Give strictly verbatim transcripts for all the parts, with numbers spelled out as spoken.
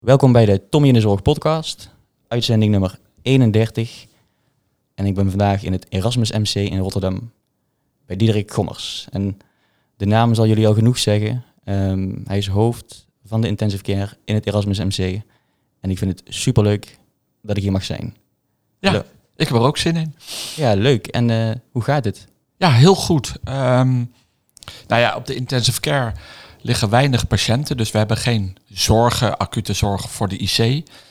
Welkom bij de Tommy in de Zorg podcast, uitzending nummer eenendertig. En ik ben vandaag in het Erasmus M C in Rotterdam bij Diederik Gommers. En de naam zal jullie al genoeg zeggen. Um, hij is hoofd van de intensive care in het Erasmus M C. En ik vind het superleuk dat ik hier mag zijn. Ja, Hallo. Ik heb er ook zin in. Ja, leuk. En uh, hoe gaat het? Ja, heel goed. Um, nou ja, op de intensive care liggen weinig patiënten, dus we hebben geen zorgen, acute zorgen voor de I C.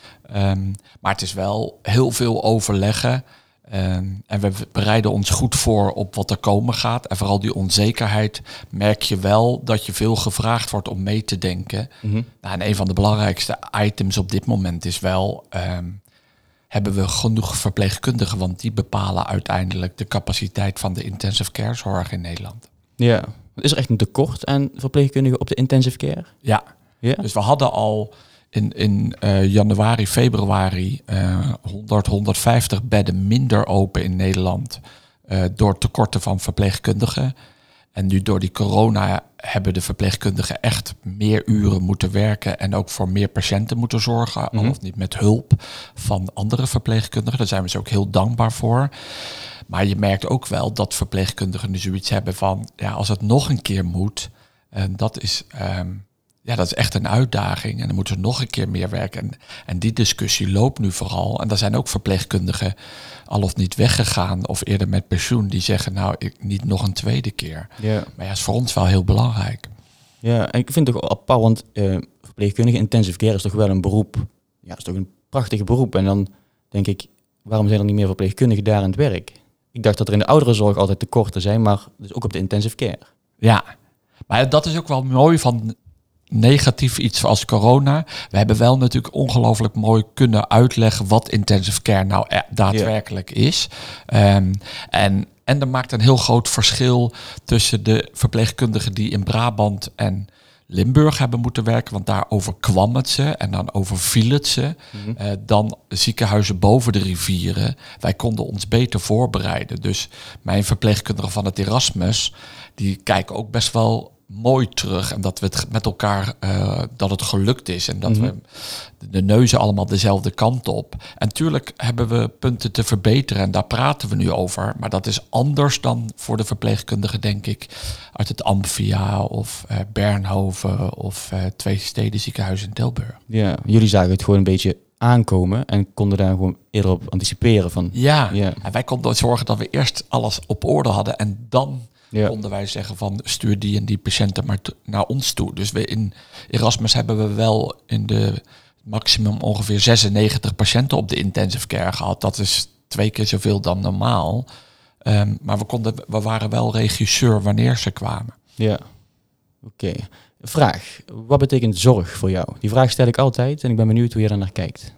Um, maar het is wel heel veel overleggen. Um, en we bereiden ons goed voor op wat er komen gaat. En vooral die onzekerheid merk je wel dat je veel gevraagd wordt om mee te denken. Mm-hmm. Nou, en een van de belangrijkste items op dit moment is wel, Um, hebben we genoeg verpleegkundigen? Want die bepalen uiteindelijk de capaciteit van de intensive care zorg in Nederland. Ja, is er echt een tekort aan verpleegkundigen op de intensive care? Ja, ja. Dus we hadden al in, in uh, januari, februari uh, honderd, honderdvijftig bedden minder open in Nederland uh, door tekorten van verpleegkundigen. En nu door die corona hebben de verpleegkundigen echt meer uren moeten werken en ook voor meer patiënten moeten zorgen, mm-hmm. al of niet met hulp van andere verpleegkundigen. Daar zijn we ze ook heel dankbaar voor. Maar je merkt ook wel dat verpleegkundigen nu zoiets hebben van, ja, als het nog een keer moet, uh, dat is, um, ja, dat is echt een uitdaging. En dan moeten we nog een keer meer werken. En, en die discussie loopt nu vooral. En daar zijn ook verpleegkundigen al of niet weggegaan of eerder met pensioen die zeggen, nou, ik, niet nog een tweede keer. Ja. Maar ja, is voor ons wel heel belangrijk. Ja, en ik vind het toch apart, want uh, verpleegkundige intensive care is toch wel een beroep. Ja, is toch een prachtig beroep. En dan denk ik, waarom zijn er niet meer verpleegkundigen daar aan het werk? Ik dacht dat er in de ouderenzorg altijd tekorten zijn, maar dus ook op de intensive care. Ja, maar dat is ook wel mooi van negatief iets als corona. We hebben wel natuurlijk ongelooflijk mooi kunnen uitleggen wat intensive care nou daadwerkelijk yeah. is. Um, en, en er maakt een heel groot verschil tussen de verpleegkundigen die in Brabant en Limburg hebben moeten werken, want daar overkwam het ze en dan overviel het ze. Mm-hmm. Uh, dan ziekenhuizen boven de rivieren. Wij konden ons beter voorbereiden. Dus mijn verpleegkundigen van het Erasmus, die kijken ook best wel mooi terug en dat we het met elkaar, uh, dat het gelukt is en dat mm-hmm. we de neuzen allemaal dezelfde kant op. En natuurlijk hebben we punten te verbeteren en daar praten we nu over, maar dat is anders dan voor de verpleegkundigen, denk ik, uit het Amphia of uh, Bernhoven of uh, Twee Steden ziekenhuis in Tilburg. Ja, jullie zagen het gewoon een beetje aankomen en konden daar gewoon eerder op anticiperen van. Ja, ja. En wij konden zorgen dat we eerst alles op orde hadden en dan ja. konden wij zeggen van stuur die en die patiënten maar t- naar ons toe. Dus we in Erasmus hebben we wel in de maximum ongeveer zesennegentig patiënten op de intensive care gehad. Dat is twee keer zoveel dan normaal. Um, maar we, konden, we waren wel regisseur wanneer ze kwamen. Ja, oké. Okay. Vraag, wat betekent zorg voor jou? Die vraag stel ik altijd en ik ben benieuwd hoe je daar naar kijkt.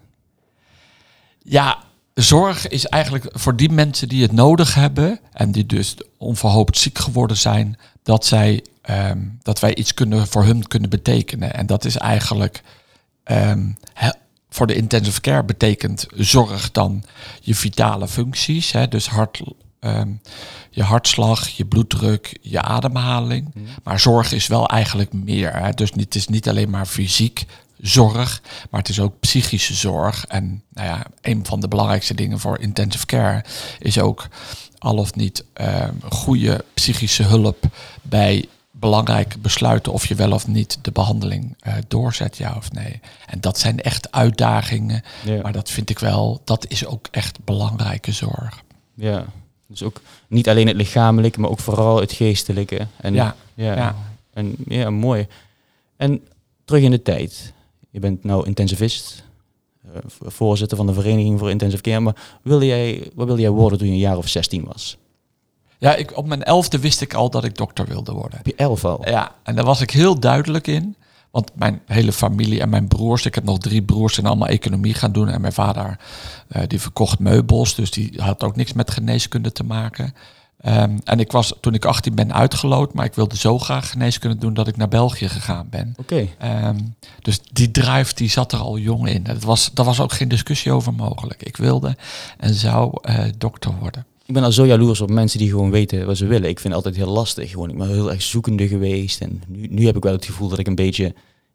Ja, zorg is eigenlijk voor die mensen die het nodig hebben en die dus onverhoopt ziek geworden zijn, dat zij um, dat wij iets kunnen voor hun kunnen betekenen. En dat is eigenlijk um, he, voor de intensive care betekent zorg dan je vitale functies, hè, dus hart, um, je hartslag, je bloeddruk, je ademhaling. Mm. Maar zorg is wel eigenlijk meer. Hè, dus het is niet alleen maar fysiek zorg, maar het is ook psychische zorg. En nou ja, een van de belangrijkste dingen voor intensive care is ook al of niet uh, goede psychische hulp bij belangrijke besluiten of je wel of niet de behandeling uh, doorzet, ja of nee. En dat zijn echt uitdagingen, ja. Maar dat vind ik wel, dat is ook echt belangrijke zorg. Ja, dus ook niet alleen het lichamelijke, maar ook vooral het geestelijke. En, ja, ja, ja. En, ja, mooi. En terug in de tijd. Je bent nou intensivist, uh, voorzitter van de Vereniging voor Intensive Care. Maar wilde jij, wat wilde jij worden toen je een jaar of zestien was? Ja, ik, op mijn elfde wist ik al dat ik dokter wilde worden. Op je elf al? Ja, en daar was ik heel duidelijk in. Want mijn hele familie en mijn broers, ik heb nog drie broers, zijn allemaal economie gaan doen. En mijn vader, uh, die verkocht meubels, dus die had ook niks met geneeskunde te maken. Um, en ik was toen ik achttien ben uitgeloot, maar ik wilde zo graag geneeskunde doen dat ik naar België gegaan ben. Oké. Okay. Um, dus die drive die zat er al jong in. Dat was, daar was ook geen discussie over mogelijk. Ik wilde en zou uh, dokter worden. Ik ben al zo jaloers op mensen die gewoon weten wat ze willen. Ik vind het altijd heel lastig. Gewoon, ik ben heel erg zoekende geweest. En nu, nu heb ik wel het gevoel dat ik een beetje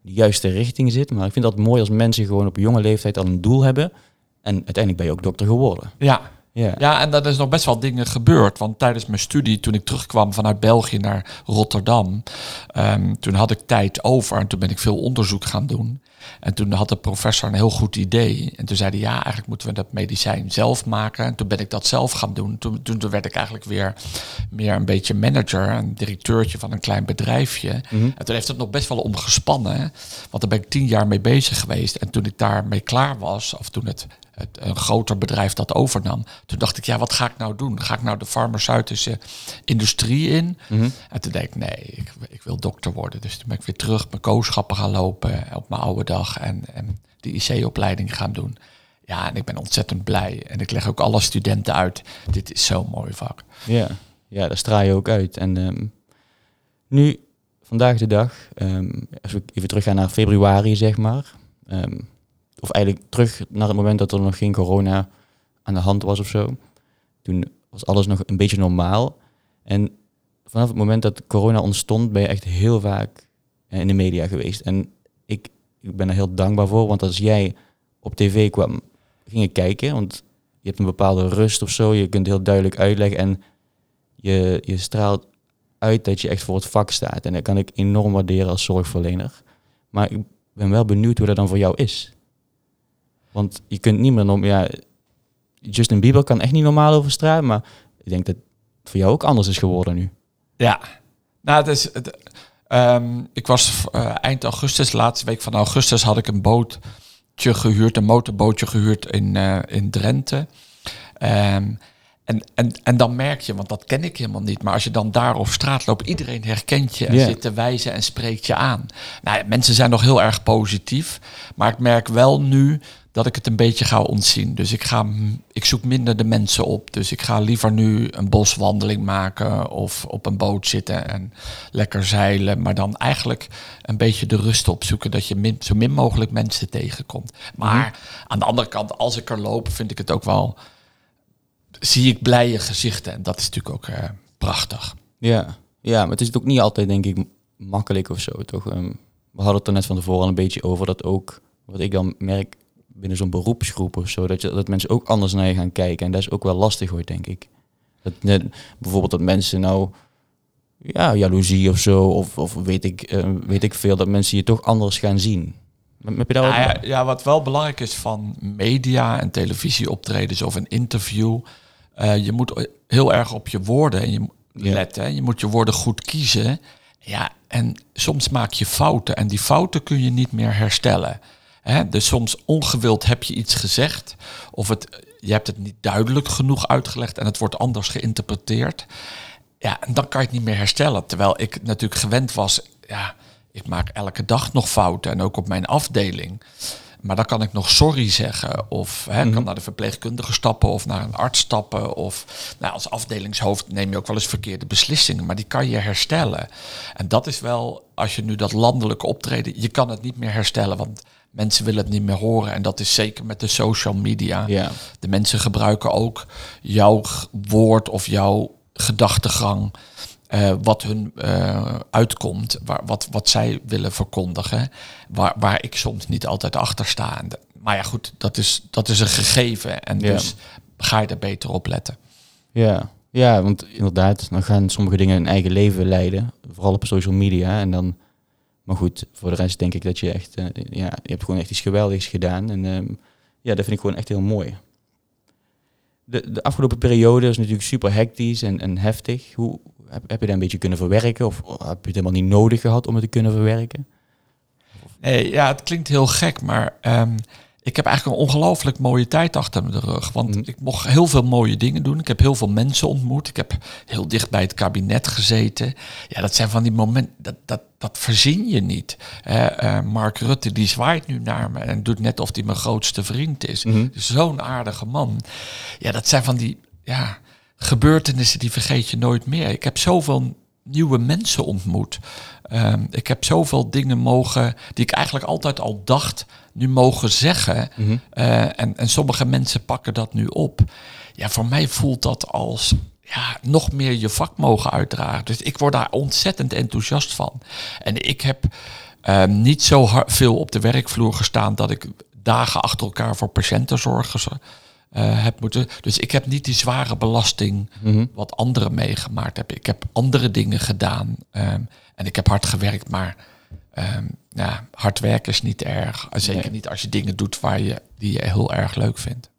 de juiste richting zit. Maar ik vind dat mooi als mensen gewoon op jonge leeftijd al een doel hebben. En uiteindelijk ben je ook dokter geworden. Ja. Ja. ja, en dat is nog best wel dingen gebeurd. Want tijdens mijn studie, toen ik terugkwam vanuit België naar Rotterdam, um, toen had ik tijd over en toen ben ik veel onderzoek gaan doen. En toen had de professor een heel goed idee. En toen zei hij, ja, eigenlijk moeten we dat medicijn zelf maken. En toen ben ik dat zelf gaan doen. Toen, toen, toen werd ik eigenlijk weer meer een beetje manager, een directeurtje van een klein bedrijfje. Mm-hmm. En toen heeft het nog best wel omgespannen. Want daar ben ik tien jaar mee bezig geweest. En toen ik daarmee klaar was, of toen het, het een groter bedrijf dat overnam, toen dacht ik, ja, wat ga ik nou doen? Ga ik nou de farmaceutische industrie in? Mm-hmm. En toen dacht ik, nee, ik, ik wil dokter worden. Dus toen ben ik weer terug mijn kooschappen gaan lopen op mijn oude dag en, en de I C-opleiding gaan doen. Ja, en ik ben ontzettend blij. En ik leg ook alle studenten uit, dit is zo'n mooi vak. Ja, ja, daar straal je ook uit. En um, nu, vandaag de dag, um, als we even teruggaan naar februari, zeg maar. Um, of eigenlijk terug naar het moment dat er nog geen corona aan de hand was of zo. Toen was alles nog een beetje normaal. En vanaf het moment dat corona ontstond, ben je echt heel vaak in de media geweest. En ik, ik ben er heel dankbaar voor, want als jij op tv kwam, ging ik kijken, want je hebt een bepaalde rust of zo. Je kunt heel duidelijk uitleggen en je, je straalt uit dat je echt voor het vak staat. En dat kan ik enorm waarderen als zorgverlener. Maar ik ben wel benieuwd hoe dat dan voor jou is. Want je kunt niet meer... Nom- ja, Justin Bieber kan echt niet normaal over straat, maar ik denk dat het voor jou ook anders is geworden nu. Ja, nou, het is... Het, um, ik was uh, eind augustus, laatste week van augustus, had ik een bootje gehuurd, een motorbootje gehuurd in, uh, in Drenthe. Um, En, en, en dan merk je, want dat ken ik helemaal niet, maar als je dan daar op straat loopt, iedereen herkent je en yeah. zit te wijzen en spreekt je aan. Nou ja, mensen zijn nog heel erg positief, maar ik merk wel nu dat ik het een beetje ga ontzien. Dus ik, ga, ik zoek minder de mensen op. Dus ik ga liever nu een boswandeling maken of op een boot zitten en lekker zeilen. Maar dan eigenlijk een beetje de rust opzoeken, dat je min, zo min mogelijk mensen tegenkomt. Maar mm-hmm. aan de andere kant, als ik er loop, vind ik het ook wel... zie ik blije gezichten. En dat is natuurlijk ook uh, prachtig. Ja. ja, maar het is ook niet altijd, denk ik, makkelijk of zo, toch? Um, we hadden het er net van tevoren al een beetje over, dat ook, wat ik dan merk binnen zo'n beroepsgroep of zo, dat, je, dat mensen ook anders naar je gaan kijken. En dat is ook wel lastig, hoor, denk ik. Dat net, bijvoorbeeld dat mensen nou, ja, jaloezie of zo, of, of weet, ik, uh, weet ik veel, dat mensen je toch anders gaan zien. Heb je daar ja, ja, ja, wat wel belangrijk is van media en televisieoptredens of een interview, uh, je moet heel erg op je woorden en je ja. letten. Je moet je woorden goed kiezen. Ja, en soms maak je fouten en die fouten kun je niet meer herstellen. Hè? Dus soms ongewild heb je iets gezegd of het, je hebt het niet duidelijk genoeg uitgelegd en het wordt anders geïnterpreteerd. Ja, en dan kan je het niet meer herstellen. Terwijl ik natuurlijk gewend was, ja, ik maak elke dag nog fouten en ook op mijn afdeling. Maar dan kan ik nog sorry zeggen of hè, mm-hmm. kan naar de verpleegkundige stappen of naar een arts stappen. Of nou, als afdelingshoofd neem je ook wel eens verkeerde beslissingen, maar die kan je herstellen. En dat is wel, als je nu dat landelijke optreden, je kan het niet meer herstellen, want mensen willen het niet meer horen. En dat is zeker met de social media. Yeah. De mensen gebruiken ook jouw woord of jouw gedachtegang. Uh, wat hun uh, uitkomt, waar, wat, wat zij willen verkondigen, waar, waar ik soms niet altijd achter sta. Maar ja goed, dat is, dat is een gegeven en ja. dus ga je er beter op letten. Ja. ja, want inderdaad, dan gaan sommige dingen een eigen leven leiden, vooral op social media. En dan, maar goed, voor de rest denk ik dat je echt, uh, ja, je hebt gewoon echt iets geweldigs gedaan. En um, ja, dat vind ik gewoon echt heel mooi. De, de afgelopen periode is natuurlijk super hectisch en, en heftig. Hoe heb, heb je dat een beetje kunnen verwerken? Of heb je het helemaal niet nodig gehad om het te kunnen verwerken? Nee, ja, het klinkt heel gek, maar um, ik heb eigenlijk een ongelooflijk mooie tijd achter de rug. Want mm. ik mocht heel veel mooie dingen doen. Ik heb heel veel mensen ontmoet. Ik heb heel dicht bij het kabinet gezeten. Ja, dat zijn van die momenten, dat, dat, dat verzin je niet. Uh, uh, Mark Rutte, die zwaait nu naar me en doet net of hij mijn grootste vriend is. Mm-hmm. Zo'n aardige man. Ja, dat zijn van die ja, gebeurtenissen die vergeet je nooit meer. Ik heb zoveel nieuwe mensen ontmoet. Um, ik heb zoveel dingen mogen, die ik eigenlijk altijd al dacht, nu mogen zeggen. Mm-hmm. Uh, en, en sommige mensen pakken dat nu op. Ja, voor mij voelt dat als ja, nog meer je vak mogen uitdragen. Dus ik word daar ontzettend enthousiast van. En ik heb Uh, niet zo hard, veel op de werkvloer gestaan dat ik dagen achter elkaar voor patiëntenzorg uh, heb moeten. Dus ik heb niet die zware belasting mm-hmm. wat anderen meegemaakt hebben. Ik heb andere dingen gedaan um, en ik heb hard gewerkt, maar um, ja, hard werken is niet erg. Zeker nee. niet als je dingen doet waar je, die je heel erg leuk vindt.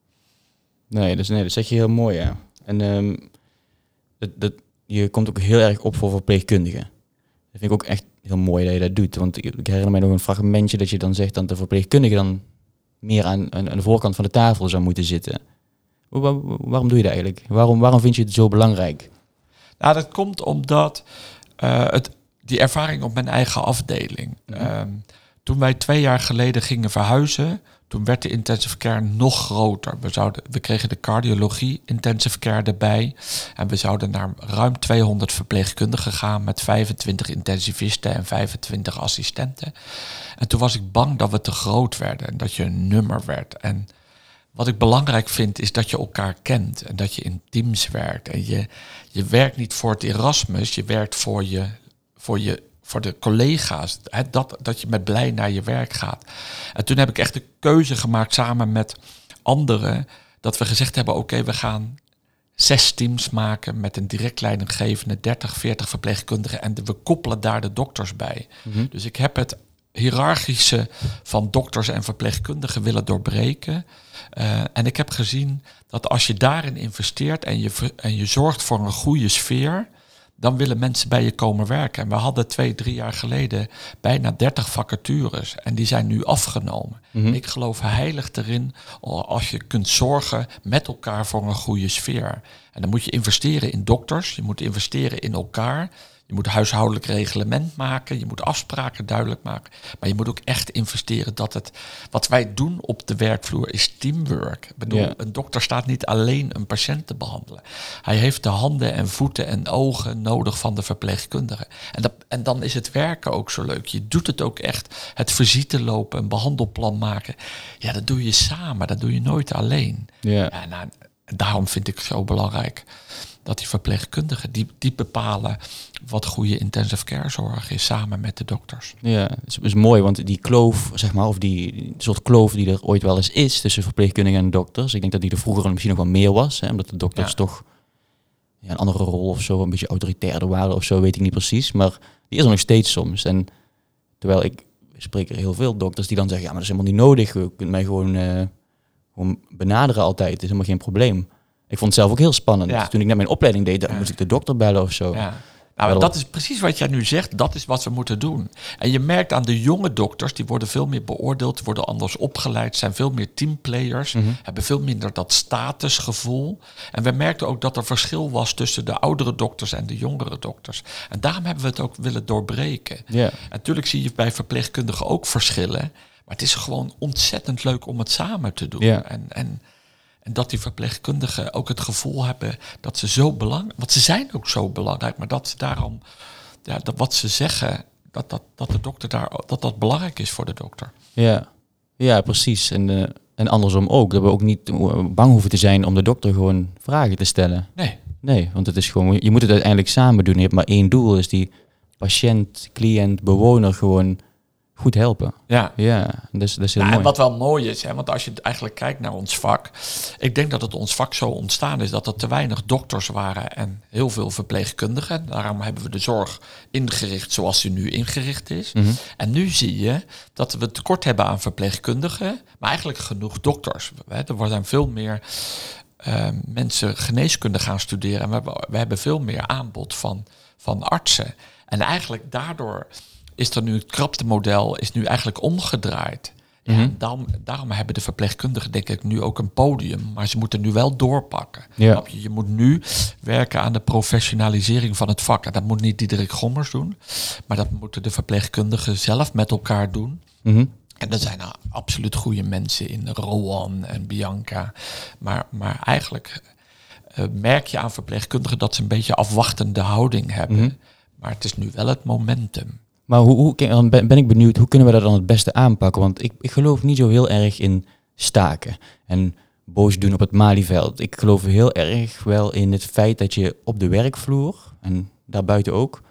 Nee, dus, nee dat zeg je heel mooi, ja. En um, dat, dat, je komt ook heel erg op voor verpleegkundigen. Dat vind ik ook echt heel mooi dat je dat doet. Want ik, ik herinner mij nog een fragmentje dat je dan zegt dat de verpleegkundige dan meer aan, aan, aan de voorkant van de tafel zou moeten zitten. Waar, waarom doe je dat eigenlijk? Waarom, waarom vind je het zo belangrijk? Nou, dat komt omdat uh, het, die ervaring op mijn eigen afdeling. Mm-hmm. Um, toen wij twee jaar geleden gingen verhuizen, toen werd de intensive care nog groter. We, zouden, we kregen de cardiologie intensive care erbij. En we zouden naar ruim tweehonderd verpleegkundigen gaan met vijfentwintig intensivisten en vijfentwintig assistenten. En toen was ik bang dat we te groot werden en dat je een nummer werd. En wat ik belangrijk vind is dat je elkaar kent en dat je in teams werkt. En je, je werkt niet voor het Erasmus, je werkt voor je, voor je voor de collega's, hè, dat, dat je met blij naar je werk gaat. En toen heb ik echt de keuze gemaakt samen met anderen, dat we gezegd hebben, oké, okay, we gaan zes teams maken met een direct leidinggevende, dertig, veertig verpleegkundigen en de, we koppelen daar de dokters bij. Mm-hmm. Dus ik heb het hiërarchische van dokters en verpleegkundigen willen doorbreken. Uh, en ik heb gezien dat als je daarin investeert en je, en je zorgt voor een goede sfeer, dan willen mensen bij je komen werken. En we hadden twee, drie jaar geleden bijna dertig vacatures. En die zijn nu afgenomen. Mm-hmm. Ik geloof heilig erin als je kunt zorgen met elkaar voor een goede sfeer. En dan moet je investeren in dokters. Je moet investeren in elkaar. Je moet huishoudelijk reglement maken. Je moet afspraken duidelijk maken. Maar je moet ook echt investeren dat het... Wat wij doen op de werkvloer is teamwork. Ik bedoel, yeah. Een dokter staat niet alleen een patiënt te behandelen. Hij heeft de handen en voeten en ogen nodig van de verpleegkundige. En, dat, en dan is het werken ook zo leuk. Je doet het ook echt. Het visite lopen, een behandelplan maken. Ja, dat doe je samen. Dat doe je nooit alleen. Yeah. Ja, nou, daarom vind ik het zo belangrijk dat die verpleegkundigen, die, die bepalen wat goede intensive care zorg is, samen met de dokters. Ja, dat is mooi, want die kloof, zeg maar, of die, die soort kloof die er ooit wel eens is tussen verpleegkundigen en dokters, ik denk dat die er vroeger misschien nog wel meer was, hè, omdat de dokters ja. toch ja, een andere rol of zo, een beetje autoritairder waren of zo, weet ik niet precies, maar die is er nog steeds soms. En terwijl ik spreek er heel veel dokters die dan zeggen, ja, maar dat is helemaal niet nodig, je kunt mij gewoon, uh, gewoon benaderen altijd, het is helemaal geen probleem. Ik vond het zelf ook heel spannend. Ja. Toen ik net mijn opleiding deed, dan ja. moest ik de dokter bellen of zo. Ja. Nou, Wel... dat is precies wat jij nu zegt. Dat is wat we moeten doen. En je merkt aan de jonge dokters, die worden veel meer beoordeeld, worden anders opgeleid, zijn veel meer teamplayers, mm-hmm. hebben veel minder dat statusgevoel. En we merkten ook dat er verschil was tussen de oudere dokters en de jongere dokters. En daarom hebben we het ook willen doorbreken. Yeah. Natuurlijk zie je bij verpleegkundigen ook verschillen, maar het is gewoon ontzettend leuk om het samen te doen. Yeah. En, en En dat die verpleegkundigen ook het gevoel hebben dat ze zo belangrijk, want ze zijn ook zo belangrijk, maar dat ze daarom, ja, dat wat ze zeggen, dat, dat, dat de dokter daar, dat dat belangrijk is voor de dokter. Ja, ja, precies. En, uh, en andersom ook, dat we ook niet bang hoeven te zijn om de dokter gewoon vragen te stellen. Nee. Nee, want het is gewoon, je moet het uiteindelijk samen doen. Je hebt maar één doel, is die patiënt, cliënt, bewoner gewoon goed helpen. Ja, ja dus, dat is heel ja, mooi. En wat wel mooi is, hè, want als je eigenlijk kijkt naar ons vak, ik denk dat het ons vak zo ontstaan is dat er te weinig dokters waren en heel veel verpleegkundigen. Daarom hebben we de zorg ingericht zoals die nu ingericht is. Mm-hmm. En nu zie je dat we tekort hebben aan verpleegkundigen, maar eigenlijk genoeg dokters. Er worden veel meer uh, mensen geneeskunde gaan studeren en we hebben, we hebben veel meer aanbod van, van artsen. En eigenlijk daardoor is er nu het kraptemodel is nu eigenlijk omgedraaid. Ja, mm-hmm. daarom, daarom hebben de verpleegkundigen denk ik nu ook een podium, maar ze moeten nu wel doorpakken. Ja. Je, je moet nu werken aan de professionalisering van het vak. En dat moet niet Diederik Gommers doen, maar dat moeten de verpleegkundigen zelf met elkaar doen. Mm-hmm. En er zijn nou absoluut goede mensen in, Rowan en Bianca. Maar, maar eigenlijk uh, merk je aan verpleegkundigen dat ze een beetje afwachtende houding hebben. Mm-hmm. Maar het is nu wel het momentum. Maar hoe, hoe dan ben ik benieuwd, hoe kunnen we dat dan het beste aanpakken? Want ik, ik geloof niet zo heel erg in staken en boos doen op het Malieveld. Ik geloof heel erg wel in het feit dat je op de werkvloer, en daarbuiten ook,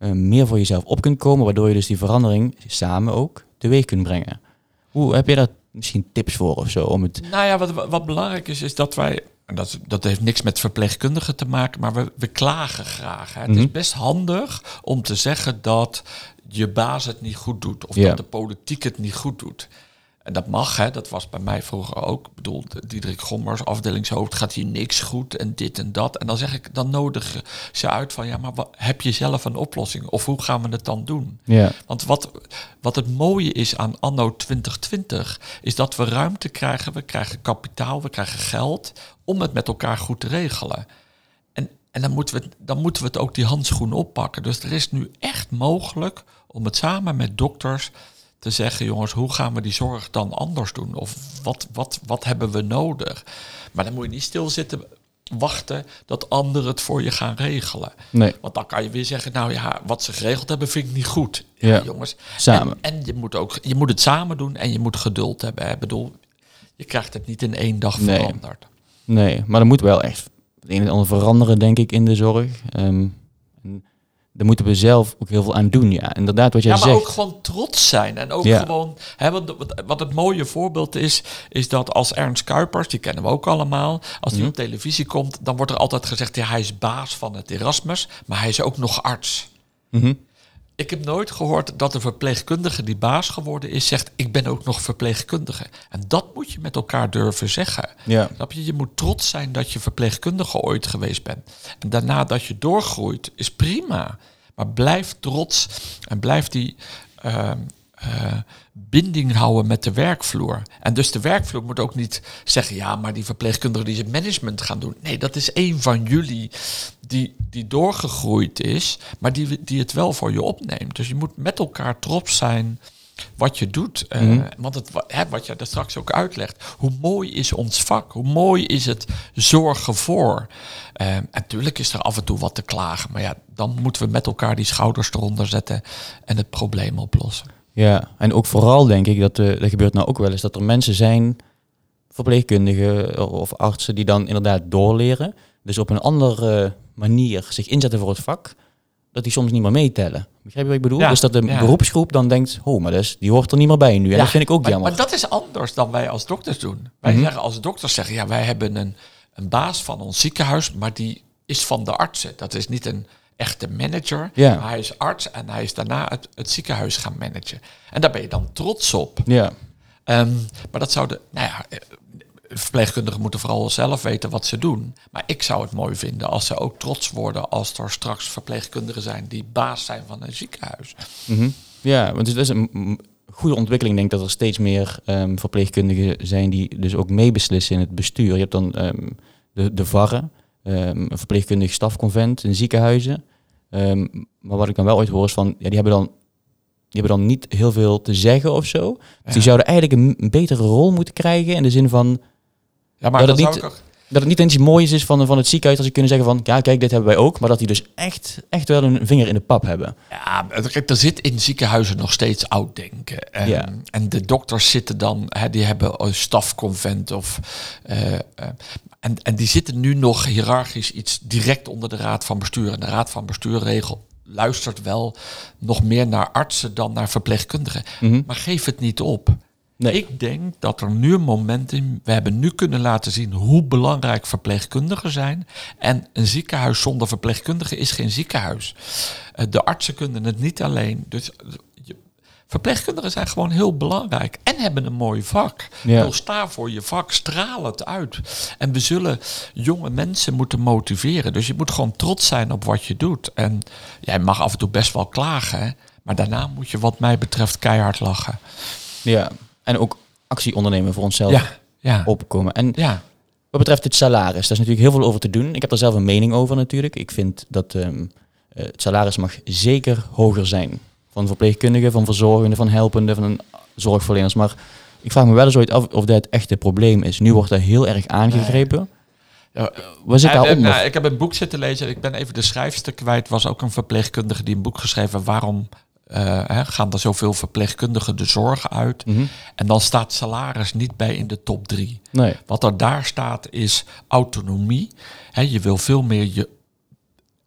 uh, meer voor jezelf op kunt komen, waardoor je dus die verandering samen ook teweeg kunt brengen. Hoe heb je daar misschien tips voor of zo? Om het... Nou ja, wat, wat belangrijk is, is dat wij... En dat, dat heeft niks met verpleegkundigen te maken, maar we, we klagen graag. Hè. Het Mm-hmm. is best handig om te zeggen dat je baas het niet goed doet. Of Ja. dat de politiek het niet goed doet. En dat mag, hè. Dat was bij mij vroeger ook. Ik bedoel, Diederik Gommers, afdelingshoofd, gaat hier niks goed en dit en dat. En dan zeg ik, dan nodig ze uit van, ja, maar wat, heb je zelf een oplossing? Of hoe gaan we het dan doen? Ja. Want wat, wat het mooie is aan anno twintig twintig, is dat we ruimte krijgen. We krijgen kapitaal, we krijgen geld om het met elkaar goed te regelen. En, en dan, moeten we, dan moeten we het ook die handschoen oppakken. Dus er is nu echt mogelijk om het samen met dokters te zeggen, jongens, hoe gaan we die zorg dan anders doen? Of wat, wat, wat hebben we nodig? Maar dan moet je niet stilzitten wachten dat anderen het voor je gaan regelen. Nee. Want dan kan je weer zeggen, nou ja, wat ze geregeld hebben vind ik niet goed. Ja, Ja. jongens. Samen. En, en je moet ook, je moet het samen doen en je moet geduld hebben. Ik bedoel, je krijgt het niet in één dag Nee. veranderd. Nee, maar er moet wel echt het een en ander veranderen, denk ik, in de zorg. Um, en daar moeten we zelf ook heel veel aan doen, ja. Inderdaad, wat jij Ja, maar zegt. ook gewoon trots zijn. En ook Ja. gewoon... Hè, wat, wat, wat het mooie voorbeeld is, is dat als Ernst Kuipers, die kennen we ook allemaal, als die Mhm. op televisie komt, dan wordt er altijd gezegd, ja, hij is baas van het Erasmus, maar hij is ook nog arts. Mhm. Ik heb nooit gehoord dat een verpleegkundige die baas geworden is, zegt, ik ben ook nog verpleegkundige. En dat moet je met elkaar durven zeggen. Ja. Snap je? Je moet trots zijn dat je verpleegkundige ooit geweest bent. En daarna dat je doorgroeit, is prima. Maar blijf trots en blijf die uh, uh, binding houden met de werkvloer. En dus de werkvloer moet ook niet zeggen, ja, maar die verpleegkundigen die zijn management gaan doen. Nee, dat is één van jullie die, die doorgegroeid is, maar die, die het wel voor je opneemt. Dus je moet met elkaar trots zijn wat je doet. Uh, Mhm. Want het, hè, wat je daar straks ook uitlegt, hoe mooi is ons vak? Hoe mooi is het zorgen voor? Uh, natuurlijk is er af en toe wat te klagen, maar ja, dan moeten we met elkaar die schouders eronder zetten en het probleem oplossen. Ja, en ook vooral denk ik dat, uh, dat gebeurt nou ook wel eens, dat er mensen zijn, verpleegkundigen of artsen, die dan inderdaad doorleren. Dus op een andere manier zich inzetten voor het vak, dat die soms niet meer meetellen. Begrijp je wat ik bedoel? Ja, dus dat de ja. beroepsgroep dan denkt, oh, maar dus, die hoort er niet meer bij nu. En Ja, dat vind ik ook maar, jammer. Maar dat is anders dan wij als dokters doen. Wij Mhm. zeggen als dokters zeggen, ja, wij hebben een, een baas van ons ziekenhuis, maar die is van de artsen. Dat is niet een echte manager. Ja. Maar hij is arts en hij is daarna het, het ziekenhuis gaan managen. En daar ben je dan trots op. Ja, Um, maar dat zouden, nou ja, eh, verpleegkundigen moeten vooral zelf weten wat ze doen. Maar ik zou het mooi vinden als ze ook trots worden als er straks verpleegkundigen zijn die baas zijn van een ziekenhuis. mhm. Ja, want het is een m- goede ontwikkeling. Ik denk dat er steeds meer um, verpleegkundigen zijn die dus ook meebeslissen in het bestuur. Je hebt dan um, de, de V A R, um, een verpleegkundig stafconvent in ziekenhuizen. Um, maar wat ik dan wel ooit hoor is van, ja, die hebben dan Die hebben dan niet heel veel te zeggen of zo. Dus Ja. die zouden eigenlijk een, een betere rol moeten krijgen. In de zin van Ja, maar Dat dat het zou niet- ik ook... dat het niet eens iets moois is van, van het ziekenhuis. Als ze kunnen zeggen van, ja kijk, dit hebben wij ook. Maar dat die dus echt, echt wel een vinger in de pap hebben. Ja, kijk, er zit in ziekenhuizen nog steeds oud denken. En, Ja. en de dokters zitten dan, hè, die hebben een stafconvent of. Uh, uh, en, en die zitten nu nog hiërarchisch iets direct onder de raad van bestuur. En de raad van bestuur regel, luistert wel nog meer naar artsen dan naar verpleegkundigen. Mhm. Maar geef het niet op. Nee. Ik denk dat er nu een moment in... We hebben nu kunnen laten zien hoe belangrijk verpleegkundigen zijn. En een ziekenhuis zonder verpleegkundigen is geen ziekenhuis. Uh, de artsen kunnen het niet alleen. Dus uh, je, verpleegkundigen zijn gewoon heel belangrijk. En hebben een mooi vak. Ja. Wil sta voor je vak, straal het uit. En we zullen jonge mensen moeten motiveren. Dus je moet gewoon trots zijn op wat je doet. En jij mag af en toe best wel klagen. Hè? Maar daarna moet je wat mij betreft keihard lachen. Ja, en ook actie ondernemen voor onszelf Ja, ja. opkomen. En Ja. wat betreft het salaris, daar is natuurlijk heel veel over te doen. Ik heb daar zelf een mening over natuurlijk. Ik vind dat um, uh, het salaris mag zeker hoger zijn. Van verpleegkundigen, van verzorgenden, van helpenden, van zorgverleners. Maar ik vraag me wel eens ooit af of dat echt het probleem is. Nu wordt dat heel erg aangegrepen. Ja, Wat zit en, en, daaronder? nou, ik heb een boek zitten lezen. Ik ben even de schrijfster kwijt. Was ook een verpleegkundige die een boek geschreven. Waarom uh, hè, gaan er zoveel verpleegkundigen de zorg uit? Mhm. En dan staat salaris niet bij in de top drie. Nee. Wat er daar staat is autonomie. Hè, je wil veel meer je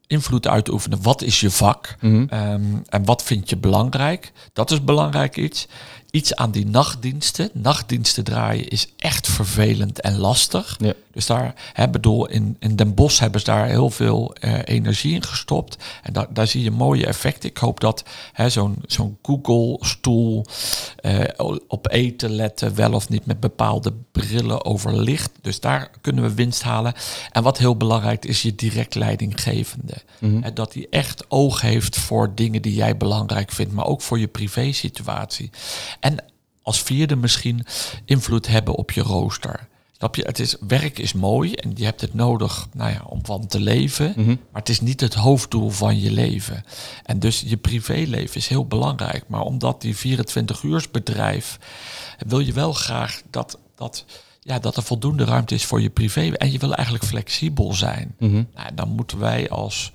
invloed uit te oefenen. Wat is je vak? Mm-hmm. Um, en wat vind je belangrijk? Dat is belangrijk iets. Iets aan die nachtdiensten. Nachtdiensten draaien is echt vervelend en lastig. Ja. Dus daar, hè, bedoel, in, in Den Bosch hebben ze daar heel veel uh, energie in gestopt. En da- daar zie je mooie effecten. Ik hoop dat hè, zo'n, zo'n Google-stoel uh, op eten letten, wel of niet met bepaalde brillen over licht. Dus daar kunnen we winst halen. En wat heel belangrijk is, je direct leidinggevende. Mm-hmm. Hè, dat hij echt oog heeft voor dingen die jij belangrijk vindt, maar ook voor je privésituatie. En als vierde misschien invloed hebben op je rooster. Snap je? Het is, werk is mooi en je hebt het nodig nou ja, om van te leven. Mm-hmm. Maar het is niet het hoofddoel van je leven. En dus je privéleven is heel belangrijk. Maar omdat die vierentwintig-uursbedrijf wil je wel graag dat, dat, ja, dat er voldoende ruimte is voor je privé. En je wil eigenlijk flexibel zijn. Mm-hmm. Nou, dan moeten wij als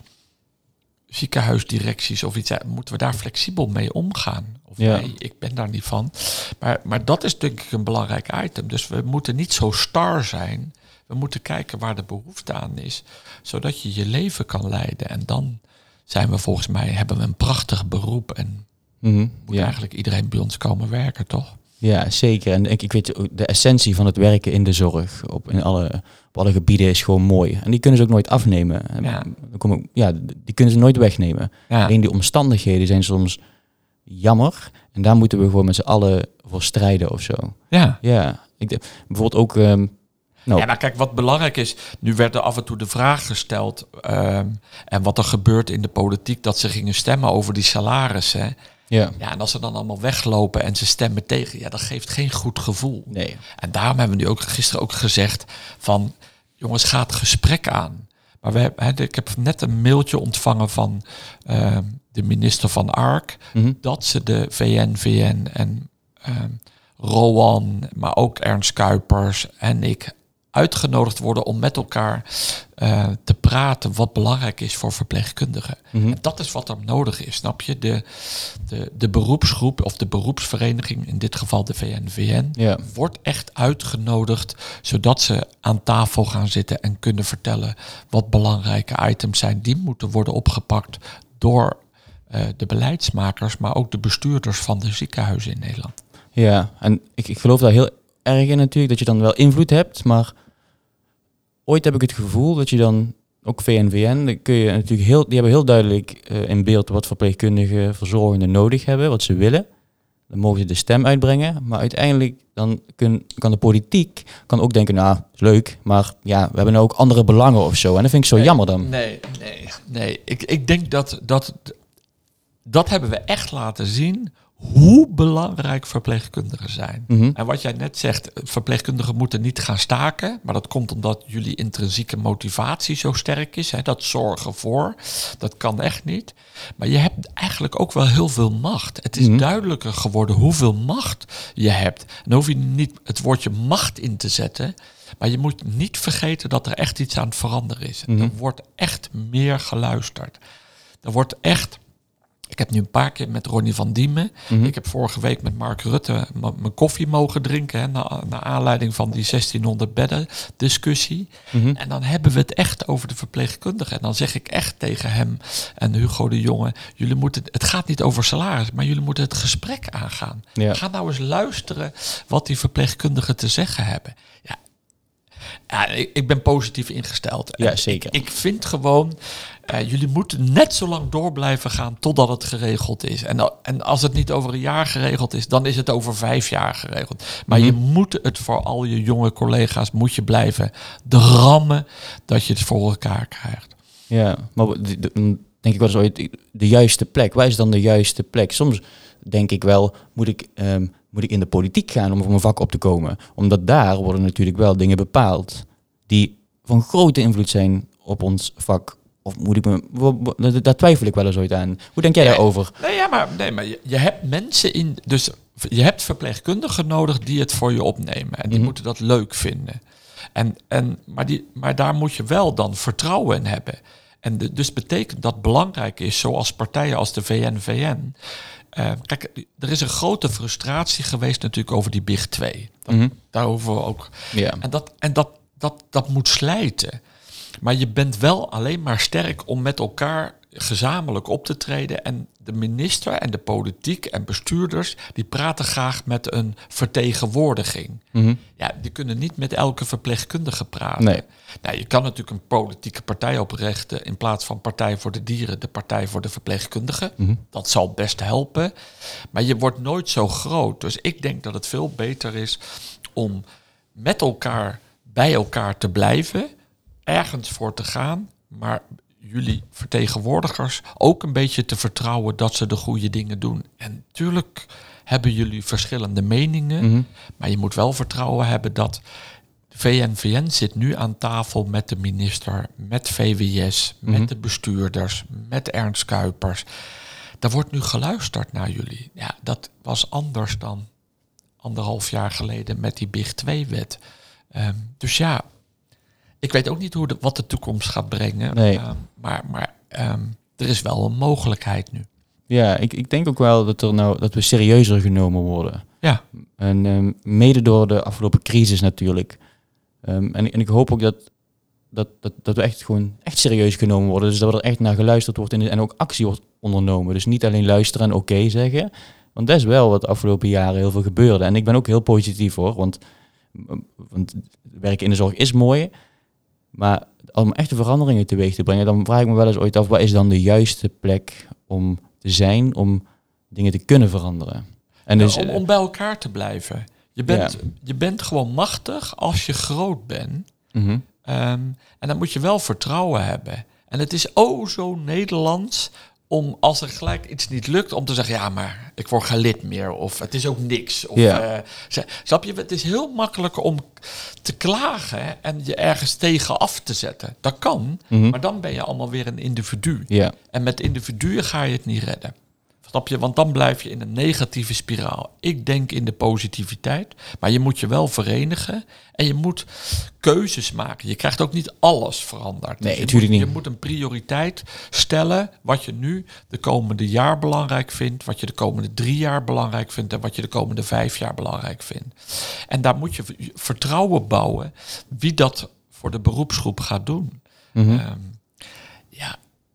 ziekenhuisdirecties of iets, moeten we daar flexibel mee omgaan. Of ja. nee, ik ben daar niet van. Maar, maar dat is denk ik een belangrijk item. Dus we moeten niet zo star zijn. We moeten kijken waar de behoefte aan is, zodat je je leven kan leiden. En dan zijn we volgens mij, hebben we een prachtig beroep en Mm-hmm. moet ja. eigenlijk iedereen bij ons komen werken, toch? Ja, zeker. En ik, ik weet, de essentie van het werken in de zorg op, in alle, op alle gebieden is gewoon mooi. En die kunnen ze ook nooit afnemen. Ja. Dan kom ik, ja, die kunnen ze nooit wegnemen. Ja. Alleen die omstandigheden zijn soms jammer. En daar moeten we gewoon met z'n allen voor strijden of zo. Ja. Ja, ik denk, bijvoorbeeld ook... Um, nou, Ja, maar kijk, wat belangrijk is, nu werd er af en toe de vraag gesteld, um, en wat er gebeurt in de politiek, dat ze gingen stemmen over die salarissen. ja. Ja, en als ze dan allemaal weglopen en ze stemmen tegen, ja, dat geeft geen goed gevoel. Nee. En daarom hebben we nu ook gisteren ook gezegd van, jongens, ga het gesprek aan. Maar we hebben, hè, ik heb net een mailtje ontvangen van uh, de minister van Ark, Mm-hmm. dat ze de V N V N en uh, Rowan, maar ook Ernst Kuipers en ik uitgenodigd worden om met elkaar uh, te praten wat belangrijk is voor verpleegkundigen. Mm-hmm. En dat is wat er nodig is, snap je? De, de, de beroepsgroep of de beroepsvereniging, in dit geval de V N V N, Ja. wordt echt uitgenodigd zodat ze aan tafel gaan zitten en kunnen vertellen wat belangrijke items zijn die moeten worden opgepakt door uh, de beleidsmakers, maar ook de bestuurders van de ziekenhuizen in Nederland. Ja, en ik, ik geloof daar heel erg in natuurlijk, dat je dan wel invloed hebt, maar ooit heb ik het gevoel dat je dan, ook V N V N, dan kun je natuurlijk heel, die hebben heel duidelijk uh, in beeld wat verpleegkundigen, verzorgenden nodig hebben, wat ze willen. Dan mogen ze de stem uitbrengen, maar uiteindelijk dan kun, kan de politiek kan ook denken, nou, is leuk, maar ja, we hebben nou ook andere belangen of zo. En dat vind ik zo nee, jammer dan. Nee, nee, nee. Ik, ik denk dat, dat dat hebben we echt laten zien hoe belangrijk verpleegkundigen zijn. Mm-hmm. En wat jij net zegt, verpleegkundigen moeten niet gaan staken, maar dat komt omdat jullie intrinsieke motivatie zo sterk is. Hè, dat zorgen voor, dat kan echt niet. Maar je hebt eigenlijk ook wel heel veel macht. Het is Mm-hmm. duidelijker geworden hoeveel macht je hebt. En dan hoef je niet het woordje macht in te zetten, maar je moet niet vergeten dat er echt iets aan het veranderen is. Mm-hmm. Er wordt echt meer geluisterd. Er wordt echt... Ik heb nu een paar keer met Ronnie van Diemen. Mm-hmm. Ik heb vorige week met Mark Rutte m- mijn koffie mogen drinken. Hè, na, naar aanleiding van die zestienhonderd bedden discussie. Mm-hmm. En dan hebben we het echt over de verpleegkundigen. En dan zeg ik echt tegen hem en Hugo de Jonge, jullie moeten, het gaat niet over salaris, maar jullie moeten het gesprek aangaan. Ja. Ga nou eens luisteren wat die verpleegkundigen te zeggen hebben. Ja, ja ik, ik ben positief ingesteld. Ja, En zeker. Ik, ik vind gewoon, uh, jullie moeten net zo lang door blijven gaan totdat het geregeld is. En, en als het niet over een jaar geregeld is, dan is het over vijf jaar geregeld. Maar Mm-hmm. je moet het voor al je jonge collega's, moet je blijven drammen dat je het voor elkaar krijgt. Ja, maar de- de- dan denk ik wel eens ooit, de juiste plek. Waar is dan de juiste plek? Soms denk ik wel, moet ik, um, moet ik in de politiek gaan om voor mijn vak op te komen? Omdat daar worden natuurlijk wel dingen bepaald die van grote invloed zijn op ons vak. Of moet ik me, w- w- daar twijfel ik wel eens ooit aan. Hoe denk jij Ja, daarover? Nee, ja, maar, nee, maar je, je hebt mensen in, dus je hebt verpleegkundigen nodig die het voor je opnemen. En die Mhm. moeten dat leuk vinden. En, en, maar, die, maar daar moet je wel dan vertrouwen in hebben. En de, dus betekent dat belangrijk is, zoals partijen als de V N V N. Uh, kijk, er is een grote frustratie geweest natuurlijk over die Big twee. Dat, Mhm. Daar hoeven we ook. Ja. En, dat, en dat, dat, dat moet slijten. Maar je bent wel alleen maar sterk om met elkaar gezamenlijk op te treden. En de minister en de politiek en bestuurders, die praten graag met een vertegenwoordiging. Mm-hmm. Ja, die kunnen niet met elke verpleegkundige praten. Nee. Nou, je kan natuurlijk een politieke partij oprichten in plaats van Partij voor de Dieren, de Partij voor de Verpleegkundigen. Mm-hmm. Dat zal best helpen. Maar je wordt nooit zo groot. Dus ik denk dat het veel beter is om met elkaar bij elkaar te blijven, ergens voor te gaan, maar jullie vertegenwoordigers ook een beetje te vertrouwen dat ze de goede dingen doen. En natuurlijk hebben jullie verschillende meningen, Mm-hmm. maar je moet wel vertrouwen hebben dat V N V N zit nu aan tafel met de minister, met V W S, Mm-hmm. met de bestuurders, met Ernst Kuipers. Daar wordt nu geluisterd naar jullie. Ja, dat was anders dan anderhalf jaar geleden met die Big twee wet. Um, dus ja, ik weet ook niet hoe de, wat de toekomst gaat brengen. Nee. Um, maar maar um, er is wel een mogelijkheid nu. Ja, ik, ik denk ook wel dat, er nou, dat we serieuzer genomen worden. Ja. En um, mede door de afgelopen crisis natuurlijk. Um, en, en ik hoop ook dat, dat, dat, dat we echt gewoon echt serieus genomen worden. Dus dat er echt naar geluisterd wordt en, en ook actie wordt ondernomen. Dus niet alleen luisteren en oké okay zeggen. Want dat is wel wat de afgelopen jaren heel veel gebeurde. En ik ben ook heel positief hoor. Want, want werken in de zorg is mooi. Maar om echte veranderingen teweeg te brengen, dan vraag ik me wel eens ooit af, wat is dan de juiste plek om te zijn, om dingen te kunnen veranderen? En dus, ja, om, om bij elkaar te blijven. Je bent, ja. je bent gewoon machtig als je groot bent. Mm-hmm. Um, en dan moet je wel vertrouwen hebben. En het is oh zo Nederlands om als er gelijk iets niet lukt, om te zeggen, ja, maar ik word geen lid meer. Of het is ook niks. Of, ja. uh, snap je? Het is heel makkelijk om te klagen en je ergens tegen af te zetten. Dat kan, Mm-hmm. maar dan ben je allemaal weer een individu. Ja. En met individuen ga je het niet redden. Snap je? Want dan blijf je in een negatieve spiraal. Ik denk in de positiviteit, maar je moet je wel verenigen en je moet keuzes maken. Je krijgt ook niet alles veranderd. Nee, dus je natuurlijk moet, niet. Je moet een prioriteit stellen wat je nu de komende jaar belangrijk vindt, wat je de komende drie jaar belangrijk vindt en wat je de komende vijf jaar belangrijk vindt. En daar moet je vertrouwen bouwen wie dat voor de beroepsgroep gaat doen. Mm-hmm. Um, ja,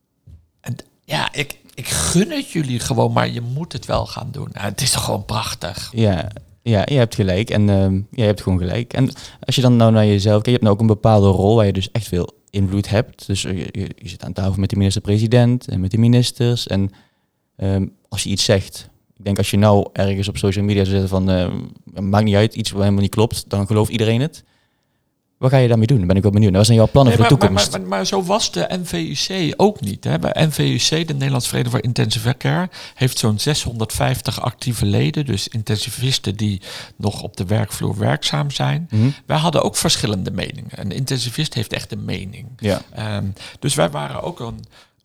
en ja, ik... Ik gun het jullie gewoon, maar je moet het wel gaan doen. Nou, het is toch gewoon prachtig. Ja, ja, je hebt gelijk. En um, ja, je hebt gewoon gelijk. En als je dan nou naar jezelf kijkt, je hebt nou ook een bepaalde rol waar je dus echt veel invloed hebt. Dus je, je, je zit aan tafel met de minister-president en met de ministers. En um, als je iets zegt, ik denk als je nou ergens op social media zou zetten van, uh, maakt niet uit, iets wat helemaal niet klopt, dan gelooft iedereen het. Wat ga je daarmee doen? Dan ben ik wel benieuwd. Wat zijn jouw plannen nee, voor maar, de toekomst? Maar, maar, maar, maar zo was de N V U C ook niet. Hè? Bij N V U C, de Nederlandse Vereniging voor Intensive Care, heeft zo'n zeshonderdvijftig actieve leden. Dus intensivisten die nog op de werkvloer werkzaam zijn. Mm-hmm. Wij hadden ook verschillende meningen. Een intensivist heeft echt een mening. Ja. Um, dus wij waren ook een,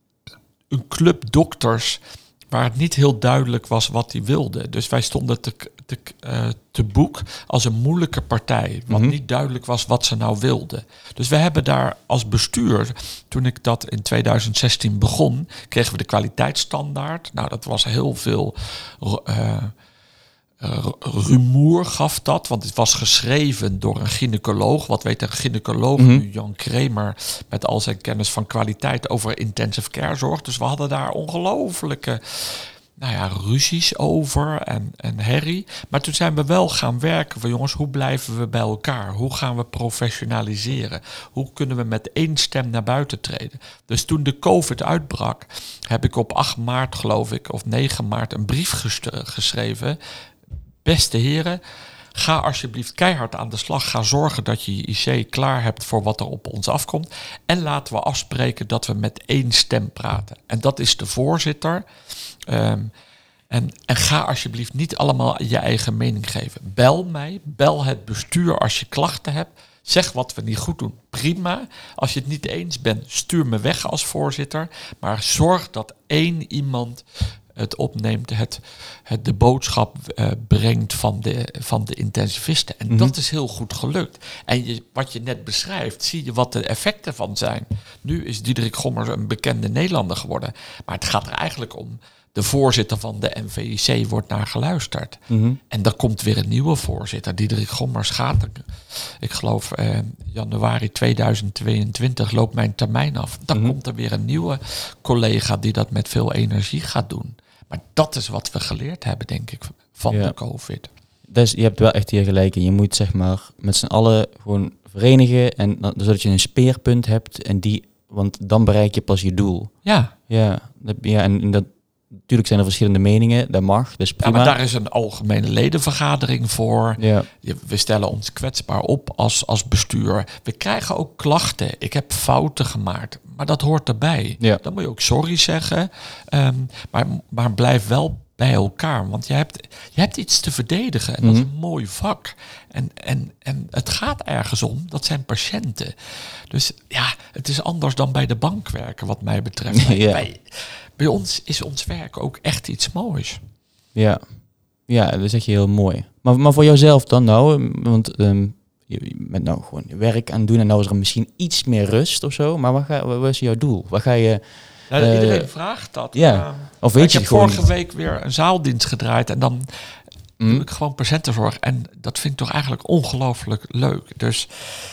een club dokters waar het niet heel duidelijk was wat hij wilde. Dus wij stonden te, te, uh, te boek als een moeilijke partij. Wat Mm-hmm. niet duidelijk was wat ze nou wilden. Dus we hebben daar als bestuur, toen ik dat in tweeduizend zestien begon, kregen we de kwaliteitsstandaard. Nou, dat was heel veel Uh, Uh, rumoer gaf dat, want het was geschreven door een gynaecoloog. Wat weet een gynaecoloog Mm-hmm. nu, Jan Kremer, met al zijn kennis van kwaliteit over intensive care zorg. Dus we hadden daar ongelofelijke nou ja, ruzies over en, en herrie. Maar toen zijn we wel gaan werken van jongens, hoe blijven we bij elkaar? Hoe gaan we professionaliseren? Hoe kunnen we met één stem naar buiten treden? Dus toen de COVID uitbrak, heb ik op acht maart geloof ik, of negen maart, een brief gest- geschreven. Beste heren, ga alsjeblieft keihard aan de slag. Ga zorgen dat je je I C klaar hebt voor wat er op ons afkomt. En laten we afspreken dat we met één stem praten. En dat is de voorzitter. Um, en, en ga alsjeblieft niet allemaal je eigen mening geven. Bel mij, bel het bestuur als je klachten hebt. Zeg wat we niet goed doen. Prima. Als je het niet eens bent, stuur me weg als voorzitter. Maar zorg dat één iemand het opneemt, het, het de boodschap uh, brengt van de, van de intensivisten. En mm-hmm. dat is heel goed gelukt. En je, wat je net beschrijft, zie je wat de effecten van zijn. Nu is Diederik Gommers een bekende Nederlander geworden. Maar het gaat er eigenlijk om, de voorzitter van de N V U C wordt naar geluisterd. Mm-hmm. En dan komt weer een nieuwe voorzitter. Diederik Gommers gaat er ik geloof uh, januari tweeduizend tweeëntwintig loopt mijn termijn af. Dan Mm-hmm. komt er weer een nieuwe collega die dat met veel energie gaat doen. Maar dat is wat we geleerd hebben, denk ik, van Ja. de COVID. Dus je hebt wel echt hier gelijk in. Je moet zeg maar met z'n allen gewoon verenigen en dan, zodat je een speerpunt hebt en die, want dan bereik je pas je doel. Ja. Ja, dat, ja en, en dat natuurlijk zijn er verschillende meningen, dat mag, dat is Ja, prima. maar daar is een algemene ledenvergadering voor. Ja, Je- We stellen ons kwetsbaar op als, als bestuur. We krijgen ook klachten. Ik heb fouten gemaakt, maar dat hoort erbij. Ja. Dan moet je ook sorry zeggen. Ehm, maar, maar blijf wel bij elkaar. Want je hebt, je hebt iets te verdedigen. En dat is Mhm. een mooi vak. En, en, en het gaat ergens om. Dat zijn patiënten. Dus ja, het is anders dan bij de bank werken wat mij betreft. Ja. Bij, bij ons is ons werk ook echt iets moois. ja. Ja, dat zeg je heel mooi. Maar, maar voor jouzelf dan nou, want ehm, je je bent nou gewoon je werk aan het doen en nou is er misschien iets meer rust of zo. Maar wat, ga, wat is jouw doel? Wat ga je, Ja, Eh, iedereen vraagt dat. ja. Ehm, of weet ik je heb het gewoon vorige niet? week weer een zaaldienst gedraaid en dan Hm? doe ik gewoon patiëntenzorg. En dat vind ik toch eigenlijk ongelooflijk leuk. Dus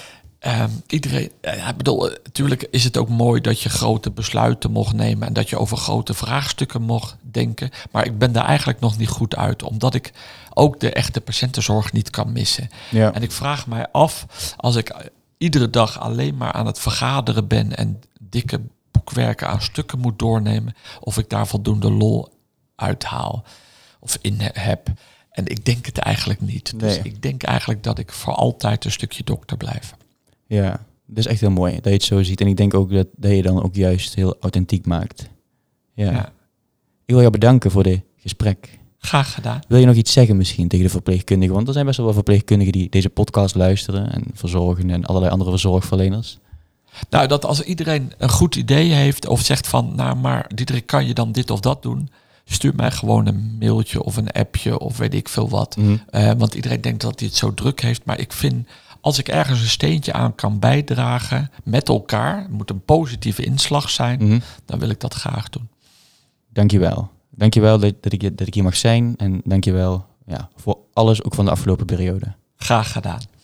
ehm, iedereen, ja, ik bedoel, natuurlijk is het ook mooi dat je grote besluiten mocht nemen en dat je over grote vraagstukken mocht denken. Maar ik ben daar eigenlijk nog niet goed uit, omdat ik ook de echte patiëntenzorg niet kan missen. Ja. En ik vraag mij af, als ik iedere dag alleen maar aan het vergaderen ben en dikke boekwerken aan stukken moet doornemen, of ik daar voldoende lol uithaal of in heb. En ik denk het eigenlijk niet. Dus Nee. ik denk eigenlijk dat ik voor altijd een stukje dokter blijf. Ja, dat is echt heel mooi dat je het zo ziet. En ik denk ook dat, dat je dan ook juist heel authentiek maakt. Ja. Ja. Ik wil jou bedanken voor dit gesprek. Graag gedaan. Wil je nog iets zeggen misschien tegen de verpleegkundigen? Want er zijn best wel wat verpleegkundigen die deze podcast luisteren en verzorgen en allerlei andere verzorgverleners. Nou, dat als iedereen een goed idee heeft of zegt van, nou maar Diederik, kan je dan dit of dat doen? Stuur mij gewoon een mailtje of een appje of weet ik veel wat. Mhm. Uh, want iedereen denkt dat hij het zo druk heeft. Maar ik vind, als ik ergens een steentje aan kan bijdragen met elkaar, het moet een positieve inslag zijn, Mhm. dan wil ik dat graag doen. Dankjewel. Dankjewel dat, dat, ik, dat ik hier mag zijn. En dankjewel ja, voor alles ook van de afgelopen periode. Graag gedaan.